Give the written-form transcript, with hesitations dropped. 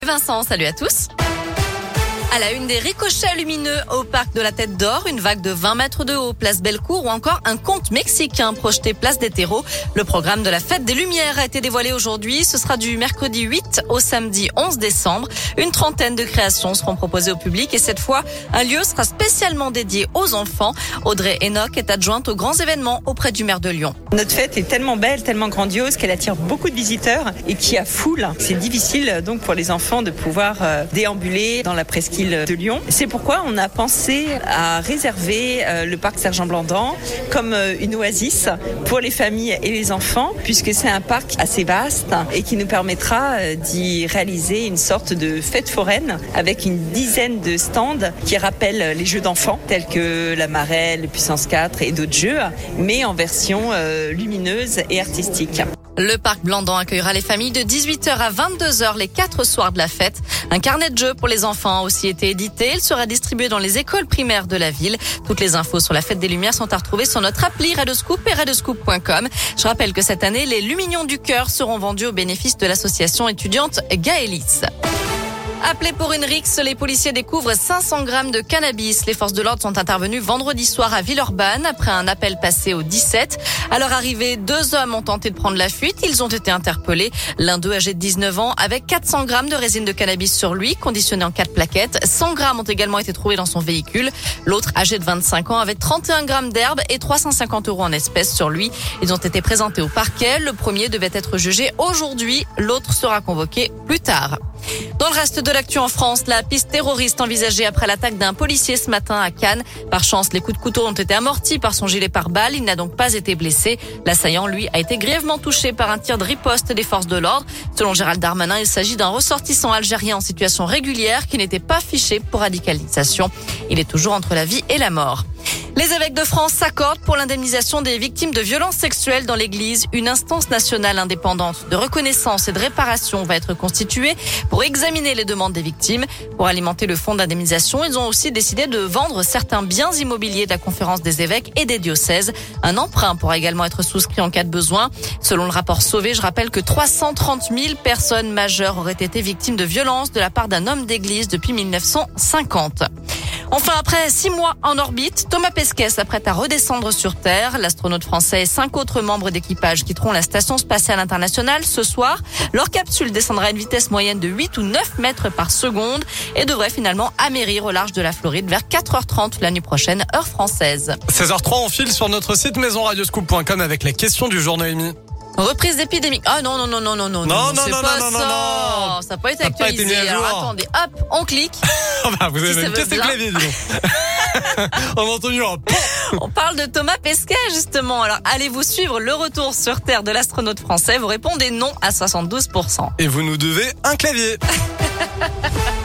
Vincent, salut à tous. À la une, des ricochets lumineux au parc de la Tête d'Or, une vague de 20 mètres de haut, place Bellecour, ou encore un conte mexicain projeté place des Terreaux. Le programme de la Fête des Lumières a été dévoilé aujourd'hui. Ce sera du mercredi 8 au samedi 11 décembre. Une trentaine de créations seront proposées au public et cette fois, un lieu sera spécialement dédié aux enfants. Audrey Enoch est adjointe aux grands événements auprès du maire de Lyon. Notre fête est tellement belle, tellement grandiose qu'elle attire beaucoup de visiteurs et qui a foule. C'est difficile donc pour les enfants de pouvoir déambuler dans la presqu'île de Lyon. C'est pourquoi on a pensé à réserver le parc Sergent-Blandan comme une oasis pour les familles et les enfants, puisque c'est un parc assez vaste et qui nous permettra d'y réaliser une sorte de fête foraine avec une dizaine de stands qui rappellent les jeux d'enfants tels que la marelle, le puissance 4 et d'autres jeux, mais en version lumineuse et artistique. Le parc Blandan accueillera les familles de 18h à 22h les 4 soirs de la fête. Un carnet de jeux pour les enfants a aussi été édité. Il sera distribué dans les écoles primaires de la ville. Toutes les infos sur la Fête des Lumières sont à retrouver sur notre appli Radioscoop et radioscoop.com. Je rappelle que cette année, les Lumignons du Cœur seront vendus au bénéfice de l'association étudiante Gaëlis. Appelés pour une rixe, les policiers découvrent 500 grammes de cannabis. Les forces de l'ordre sont intervenues vendredi soir à Villeurbanne après un appel passé au 17. À leur arrivée, 2 hommes ont tenté de prendre la fuite. Ils ont été interpellés. L'un d'eux, âgé de 19 ans, avec 400 grammes de résine de cannabis sur lui, conditionné en 4 plaquettes. 100 grammes ont également été trouvés dans son véhicule. L'autre, âgé de 25 ans, avec 31 grammes d'herbe et 350 € en espèces sur lui. Ils ont été présentés au parquet. Le premier devait être jugé aujourd'hui. L'autre sera convoqué plus tard. Dans le reste de l'actu en France, la piste terroriste envisagée après l'attaque d'un policier ce matin à Cannes. Par chance, les coups de couteau ont été amortis par son gilet pare-balles. Il n'a donc pas été blessé. L'assaillant, lui, a été grièvement touché par un tir de riposte des forces de l'ordre. Selon Gérald Darmanin, il s'agit d'un ressortissant algérien en situation régulière qui n'était pas fiché pour radicalisation. Il est toujours entre la vie et la mort. Les évêques de France s'accordent pour l'indemnisation des victimes de violences sexuelles dans l'Église. Une instance nationale indépendante de reconnaissance et de réparation va être constituée pour examiner les demandes des victimes. Pour alimenter le fonds d'indemnisation, ils ont aussi décidé de vendre certains biens immobiliers de la conférence des évêques et des diocèses. Un emprunt pourra également être souscrit en cas de besoin. Selon le rapport Sauvé, je rappelle que 330 000 personnes majeures auraient été victimes de violences de la part d'un homme d'église depuis 1950. Enfin, après 6 mois en orbite, Thomas Pesquet s'apprête à redescendre sur Terre. L'astronaute français et 5 autres membres d'équipage quitteront la Station spatiale internationale ce soir. Leur capsule descendra à une vitesse moyenne de 8 ou 9 mètres par seconde et devrait finalement amérir au large de la Floride vers 4h30 la nuit prochaine, heure française. 16h03, on file sur notre site maisonradioscoop.com avec la question du jour, Noémie. Reprise d'épidémie. Ah non, c'est pas ça. Ça n'a pas été actualisé. Alors attendez, hop, on clique. Vous avez même cassé le clavier, dis donc. On a entendu un pont. On parle de Thomas Pesquet, justement. Alors, allez-vous suivre le retour sur Terre de l'astronaute français? Vous répondez non à 72%. Et vous nous devez un clavier.